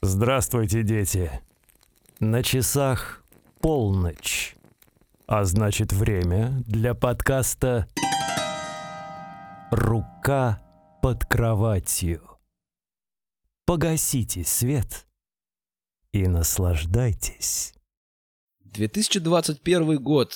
Здравствуйте, дети. На часах полночь, а значит время для подкаста «Рука под кроватью». Погасите свет и наслаждайтесь. 2021 год.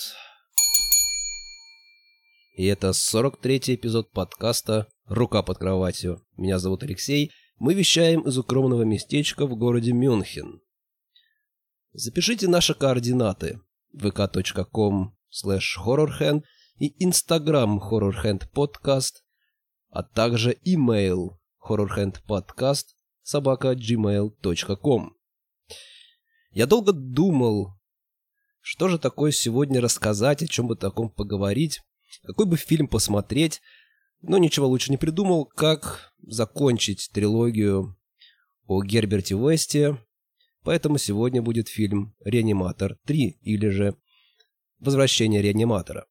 И это 43-й эпизод подкаста «Рука под кроватью». Меня зовут Алексей. Мы вещаем из укромного местечка в городе Мюнхен. Запишите наши координаты: vk.com/horrorhand и Instagram horrorhandpodcast, а также email horrorhandpodcast@gmail.com. Я долго думал, что же такое сегодня рассказать, о чем бы таком поговорить, какой бы фильм посмотреть, но ничего лучше не придумал, как закончить трилогию о Герберте Уэсте, поэтому сегодня будет фильм «Реаниматор 3» или же «Возвращение реаниматора».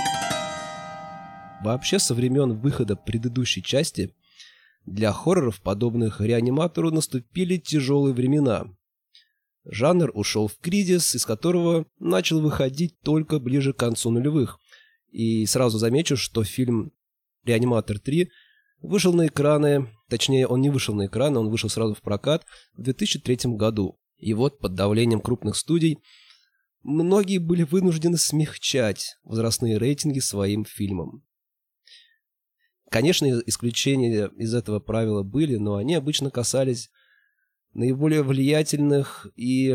Вообще, со времен выхода предыдущей части для хорроров, подобных «Реаниматору», наступили тяжелые времена. Жанр ушел в кризис, из которого начал выходить только ближе к концу нулевых. И сразу замечу, что фильм «Реаниматор 3» вышел на экраны, точнее, он не вышел на экраны, он вышел сразу в прокат в 2003 году. И вот под давлением крупных студий многие были вынуждены смягчать возрастные рейтинги своим фильмам. Конечно, исключения из этого правила были, но они обычно касались наиболее влиятельных и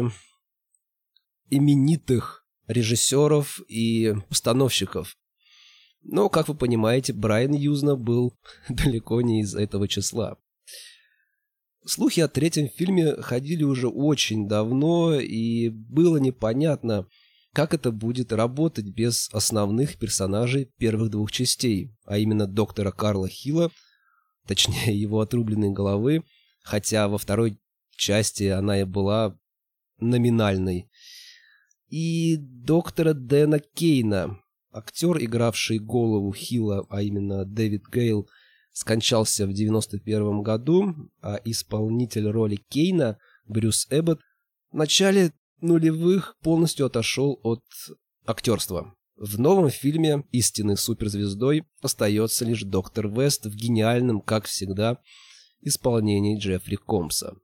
именитых режиссеров и постановщиков. Но, как вы понимаете, Брайан Юзна был далеко не из этого числа. Слухи о третьем фильме ходили уже очень давно, и было непонятно, как это будет работать без основных персонажей первых двух частей, а именно доктора Карла Хилла, точнее его отрубленной головы, хотя во второй части она и была номинальной, и доктора Дэна Кейна. Актер, игравший голову Хилла, а именно Дэвид Гейл, скончался в 1991 году, а исполнитель роли Кейна, Брюс Эббот, в начале нулевых полностью отошел от актерства. В новом фильме истинной суперзвездой остается лишь доктор Вест в гениальном, как всегда, исполнении Джеффри Комса.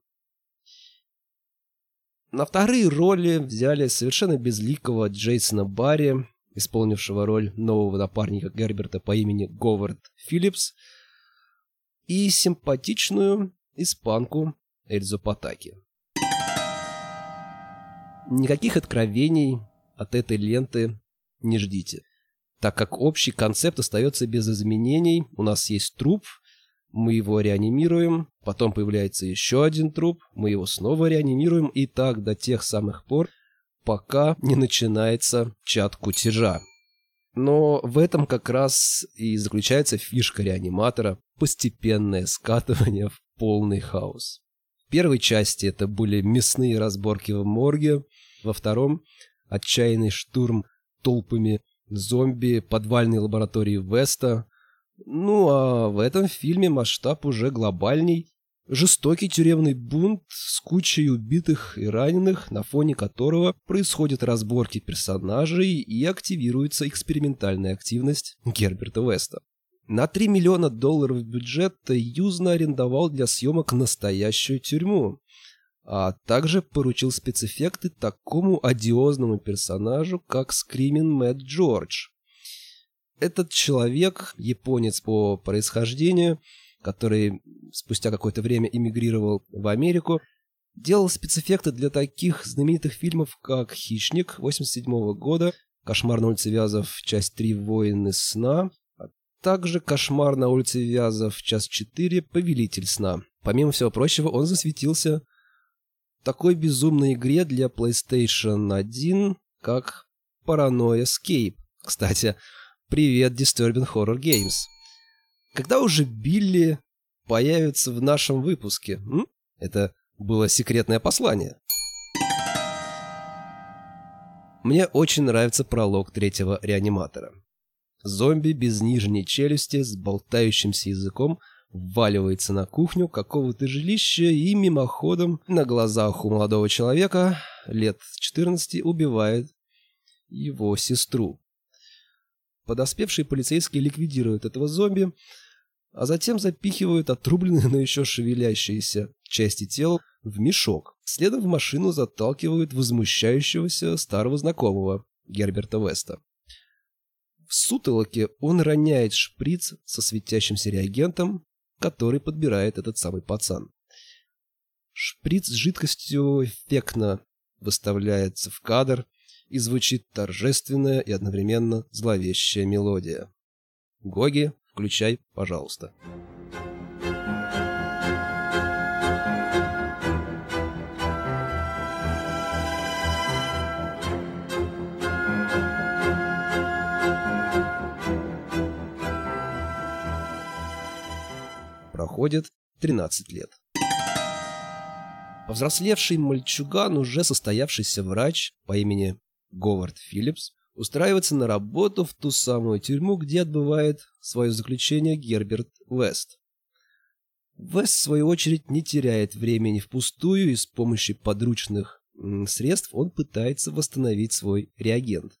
На вторые роли взяли совершенно безликого Джейсона Барри, исполнившего роль нового напарника Герберта по имени Говард Филлипс, и симпатичную испанку Эльзу Патаки. Никаких откровений от этой ленты не ждите, так как общий концепт остается без изменений. У нас есть труп, мы его реанимируем, потом появляется еще один труп, мы его снова реанимируем, и так до тех самых пор, пока не начинается чат кутежа. Но в этом как раз и заключается фишка реаниматора — постепенное скатывание в полный хаос. В первой части это были мясные разборки в морге, во втором — отчаянный штурм толпами зомби подвальной лаборатории Веста. Ну а в этом фильме масштаб уже глобальней. Жестокий тюремный бунт с кучей убитых и раненых, на фоне которого происходят разборки персонажей и активируется экспериментальная активность Герберта Уэста. На $3 миллиона бюджета Юзна арендовал для съемок настоящую тюрьму, а также поручил спецэффекты такому одиозному персонажу, как Скримин Мэтт Джордж. Этот человек, японец по происхождению, который спустя какое-то время эмигрировал в Америку, делал спецэффекты для таких знаменитых фильмов, как «Хищник» 1987 года, «Кошмар на улице Вязов. Часть 3. Воины сна», а также «Кошмар на улице Вязов. Часть 4. Повелитель сна». Помимо всего прочего, он засветился в такой безумной игре для PlayStation 1, как Paranoia Escape. Кстати, привет, Disturbing Horror Games. Когда уже Билли появится в нашем выпуске? Это было секретное послание. Мне очень нравится пролог третьего реаниматора. Зомби без нижней челюсти с болтающимся языком вваливается на кухню какого-то жилища и мимоходом на глазах у молодого человека лет 14 убивает его сестру. Подоспевшие полицейские ликвидируют этого зомби, а затем запихивают отрубленные, но еще шевелящиеся части тела в мешок. Следом в машину заталкивают возмущающегося старого знакомого Герберта Веста. В сутолоке он роняет шприц со светящимся реагентом, который подбирает этот самый пацан. Шприц с жидкостью эффектно выставляется в кадр, и звучит торжественная и одновременно зловещая мелодия. Гоги, включай, пожалуйста. Проходит 13 лет. Повзрослевший мальчуган, уже состоявшийся врач по имени Говард Филлипс, устраивается на работу в ту самую тюрьму, где отбывает свое заключение Герберт Вест. Вест, в свою очередь, не теряет времени впустую, и с помощью подручных средств он пытается восстановить свой реагент.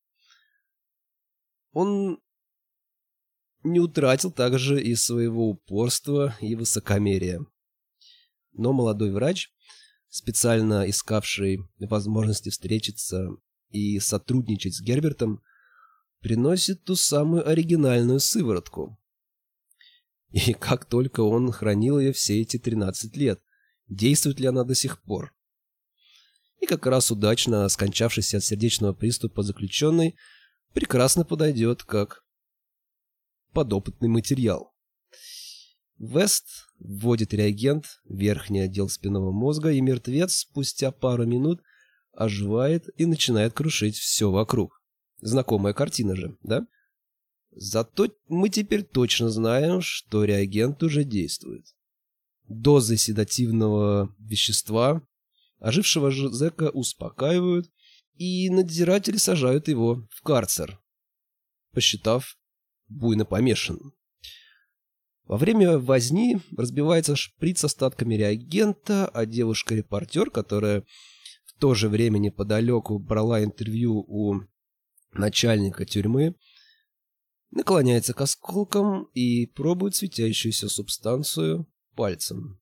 Он не утратил также и своего упорства и высокомерия. Но молодой врач, специально искавший возможности встретиться и сотрудничать с Гербертом, приносит ту самую оригинальную сыворотку. И как только он хранил ее все эти 13 лет, действует ли она до сих пор? И как раз удачно скончавшийся от сердечного приступа заключенный прекрасно подойдет как подопытный материал. Вест вводит реагент в верхний отдел спинного мозга, и мертвец спустя пару минут оживает и начинает крушить все вокруг. Знакомая картина же, да? Зато мы теперь точно знаем, что реагент уже действует. Дозы седативного вещества ожившего зэка успокаивают, и надзиратели сажают его в карцер, посчитав буйно помешанным. Во время возни разбивается шприц с остатками реагента, а девушка-репортер, которая в то же время неподалеку брала интервью у начальника тюрьмы, наклоняется к осколкам и пробует светящуюся субстанцию пальцем.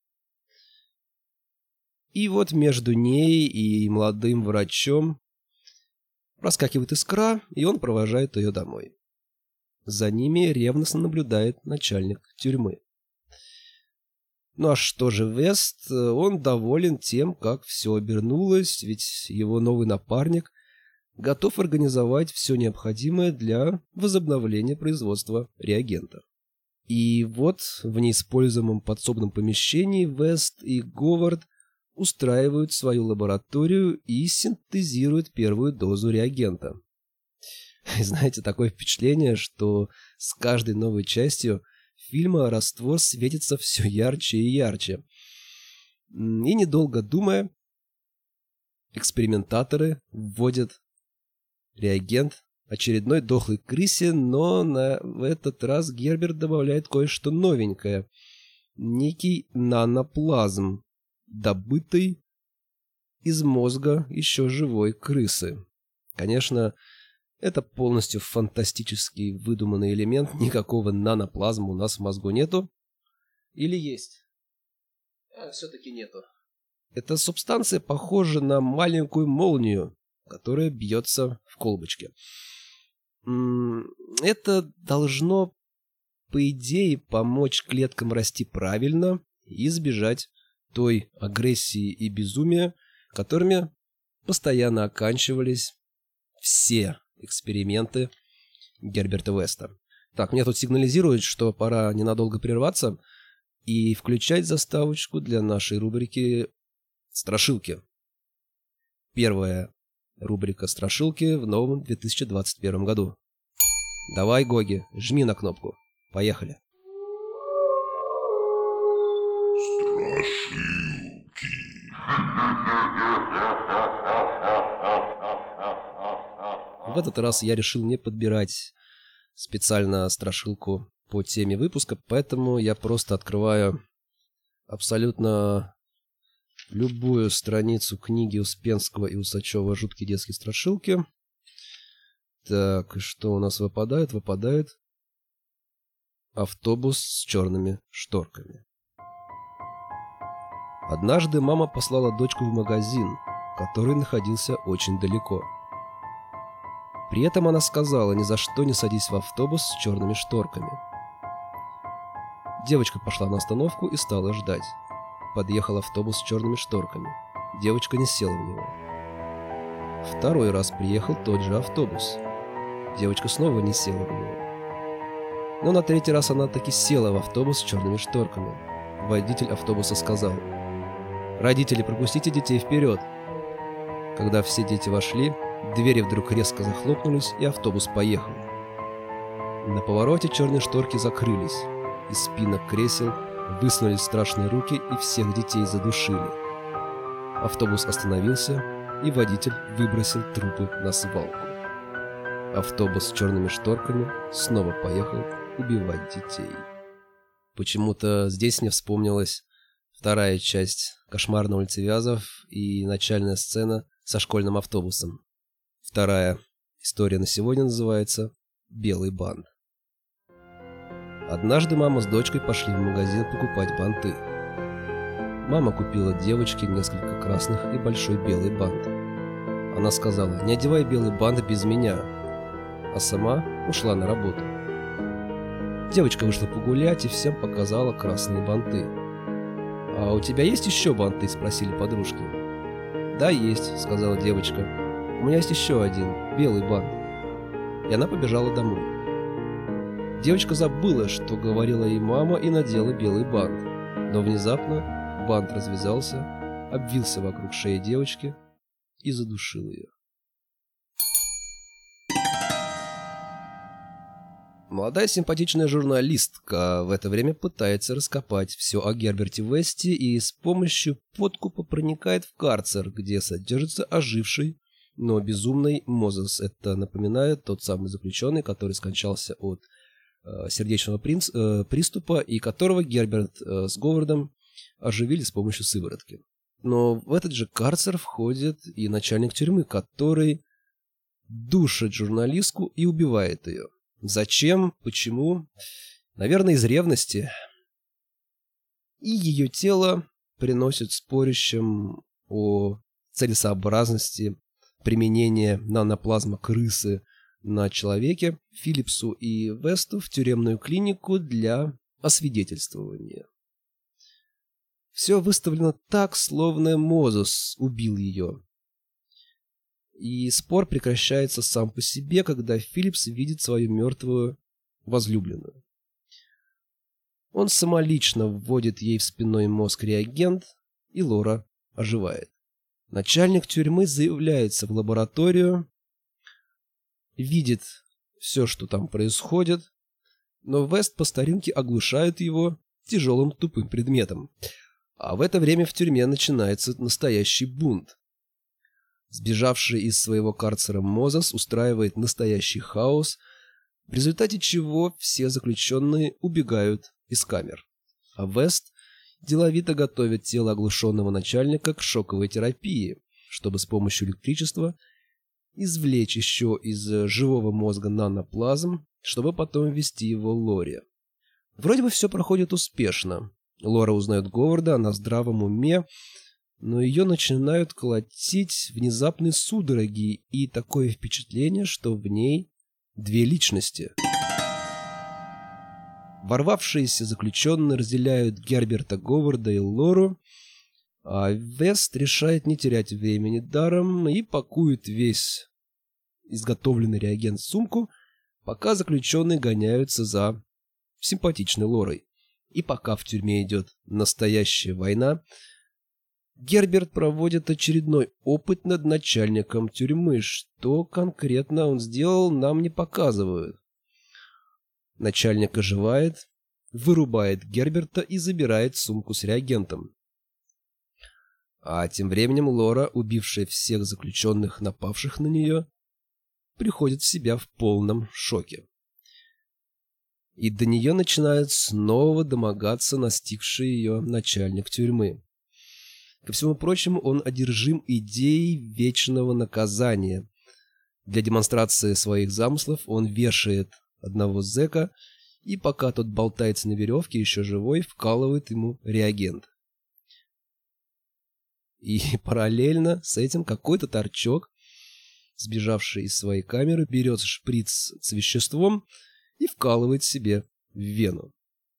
И вот между ней и молодым врачом проскакивает искра, и он провожает ее домой. За ними ревностно наблюдает начальник тюрьмы. Ну а что же Вест? Он доволен тем, как все обернулось, ведь его новый напарник готов организовать все необходимое для возобновления производства реагента. И вот в неиспользуемом подсобном помещении Вест и Говард устраивают свою лабораторию и синтезируют первую дозу реагента. И знаете, такое впечатление, что с каждой новой частью фильма раствор светится все ярче и ярче. И недолго думая, экспериментаторы вводят реагент очередной дохлой крысе, но в этот раз Герберт добавляет кое-что новенькое. Некий наноплазм, добытый из мозга еще живой крысы. Конечно, это полностью фантастический выдуманный элемент. Никакого наноплазма у нас в мозгу нету. Или есть? Все-таки нету. Эта субстанция похожа на маленькую молнию, которая бьется в колбочке. Это должно, по идее, помочь клеткам расти правильно и избежать той агрессии и безумия, которыми постоянно оканчивались все эксперименты Герберта Веста. Так, мне тут сигнализируют, что пора ненадолго прерваться и включать заставочку для нашей рубрики «Страшилки». Первая рубрика «Страшилки» в новом 2021 году. Давай, Гоги, жми на кнопку. Поехали. Страшилки. В этот раз я решил не подбирать специально страшилку по теме выпуска, поэтому я просто открываю абсолютно любую страницу книги Успенского и Усачева «Жуткие детские страшилки». Так, и что у нас выпадает? Выпадает автобус с черными шторками. Однажды мама послала дочку в магазин, который находился очень далеко. При этом она сказала: ни за что не садись в автобус с черными шторками. Девочка пошла на остановку и стала ждать. Подъехал автобус с черными шторками. Девочка не села в него. Второй раз приехал тот же автобус. Девочка снова не села в него. Но на третий раз она таки села в автобус с черными шторками. Водитель автобуса сказал: «Родители, пропустите детей вперед». Когда все дети вошли, двери вдруг резко захлопнулись, и автобус поехал. На повороте черные шторки закрылись. Из спинок кресел высунулись страшные руки и всех детей задушили. Автобус остановился, и водитель выбросил трупы на свалку. Автобус с черными шторками снова поехал убивать детей. Почему-то здесь мне вспомнилась вторая часть «Кошмар на улице Вязов» и начальная сцена со школьным автобусом. Вторая история на сегодня называется «Белый бант». Однажды мама с дочкой пошли в магазин покупать банты. Мама купила девочке несколько красных и большой белый бант. Она сказала: «Не одевай белый бант без меня», а сама ушла на работу. Девочка вышла погулять и всем показала красные банты. «А у тебя есть еще банты?» – спросили подружки. «Да, есть», – сказала девочка. «У меня есть еще один, белый бант». И она побежала домой. Девочка забыла, что говорила ей мама, и надела белый бант. Но внезапно бант развязался, обвился вокруг шеи девочки и задушил ее. Молодая симпатичная журналистка в это время пытается раскопать все о Герберте Весте и с помощью подкупа проникает в карцер, где содержится оживший, но безумный Мозес. Это, напоминаю, тот самый заключенный, который скончался от сердечного приступа и которого Герберт с Говардом оживили с помощью сыворотки. Но в этот же карцер входит и начальник тюрьмы, который душит журналистку и убивает ее. Зачем? Почему? Наверное, из ревности. И ее тело приносит спорящим о целесообразности применения наноплазма крысы на человеке Филлипсу и Весту в тюремную клинику для освидетельствования. Все выставлено так, словно Мозес убил ее. И спор прекращается сам по себе, когда Филлипс видит свою мертвую возлюбленную. Он самолично вводит ей в спинной мозг реагент, и Лора оживает. Начальник тюрьмы заявляется в лабораторию, видит все, что там происходит, но Вест по старинке оглушает его тяжелым тупым предметом. А в это время в тюрьме начинается настоящий бунт. Сбежавший из своего карцера Мозес устраивает настоящий хаос, в результате чего все заключенные убегают из камер. А Вест деловито готовит тело оглушенного начальника к шоковой терапии, чтобы с помощью электричества извлечь еще из живого мозга наноплазм, чтобы потом ввести его Лоре. Вроде бы все проходит успешно. Лора узнает Говарда, она в здравом уме, но ее начинают колотить внезапные судороги, и такое впечатление, что в ней две личности. Ворвавшиеся заключенные разделяют Герберта Говарда и Лору, а Вест решает не терять времени даром и пакует весь изготовленный реагент в сумку, пока заключенные гоняются за симпатичной Лорой. И пока в тюрьме идет настоящая война, Герберт проводит очередной опыт над начальником тюрьмы. Что конкретно он сделал, нам не показывают. Начальник оживает, вырубает Герберта и забирает сумку с реагентом. А тем временем Лора, убившая всех заключенных, напавших на нее, приходит в себя в полном шоке. И до нее начинает снова домогаться настигший ее начальник тюрьмы. Ко всему прочему, он одержим идеей вечного наказания. Для демонстрации своих замыслов он вешает одного зэка, и пока тот болтается на веревке, еще живой, вкалывает ему реагент. И параллельно с этим какой-то торчок, сбежавший из своей камеры, берет шприц с веществом и вкалывает себе в вену.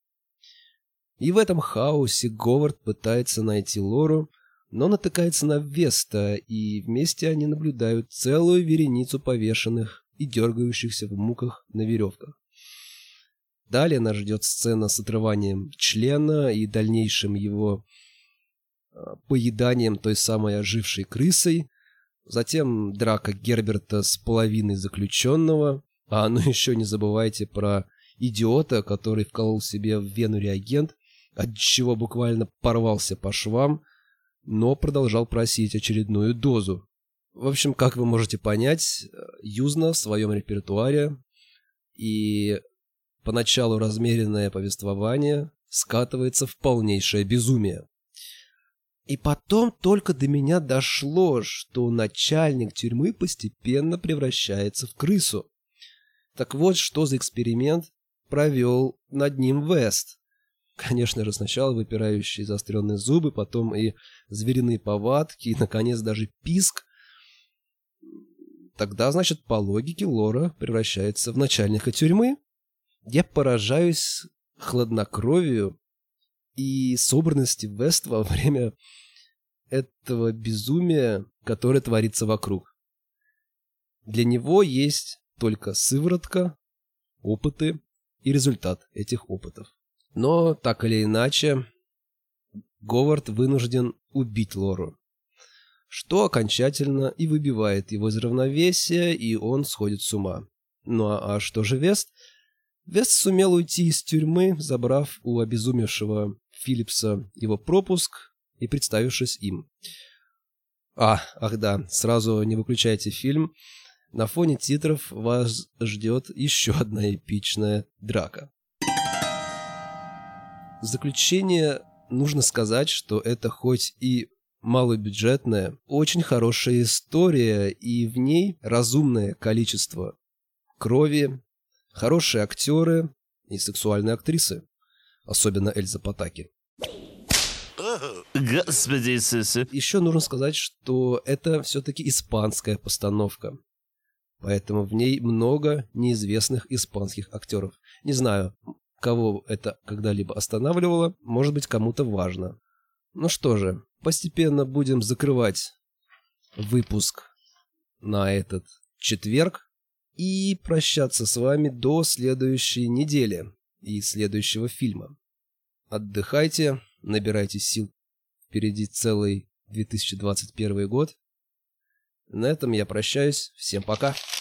И в этом хаосе Говард пытается найти Лору, но натыкается на Веста, и вместе они наблюдают целую вереницу повешенных и дергающихся в муках на веревках. Далее нас ждет сцена с отрыванием члена и дальнейшим его поеданием той самой ожившей крысой, затем драка Герберта с половиной заключенного, а ну еще не забывайте про идиота, который вколол себе в вену реагент, от чего буквально порвался по швам, но продолжал просить очередную дозу. В общем, как вы можете понять, Юзна в своем репертуаре, и поначалу размеренное повествование скатывается в полнейшее безумие. И потом только до меня дошло, что начальник тюрьмы постепенно превращается в крысу. Так вот, что за эксперимент провел над ним Вест. Конечно же, сначала выпирающие заостренные зубы, потом и звериные повадки, и, наконец, даже писк. Тогда, значит, по логике Лора превращается в начальника тюрьмы. Я поражаюсь хладнокровию и собранности Вест во время этого безумия, которое творится вокруг. Для него есть только сыворотка, опыты и результат этих опытов. Но, так или иначе, Говард вынужден убить Лору, что окончательно и выбивает его из равновесия, и он сходит с ума. Ну а что же Вест? Вест сумел уйти из тюрьмы, забрав у обезумевшего Филлипса его пропуск и представившись им. Ах да, сразу не выключайте фильм. На фоне титров вас ждет еще одна эпичная драка. В заключение нужно сказать, что это хоть и малобюджетная, очень хорошая история, и в ней разумное количество крови, хорошие актеры и сексуальные актрисы, особенно Эльза Патаки. Господи Иисусе. Еще нужно сказать, что это все-таки испанская постановка, поэтому в ней много неизвестных испанских актеров. Не знаю, кого это когда-либо останавливало, может быть, кому-то важно. Ну что же, постепенно будем закрывать выпуск на этот четверг и прощаться с вами до следующей недели и следующего фильма. Отдыхайте, набирайте сил. Впереди целый 2021 год. На этом я прощаюсь. Всем пока.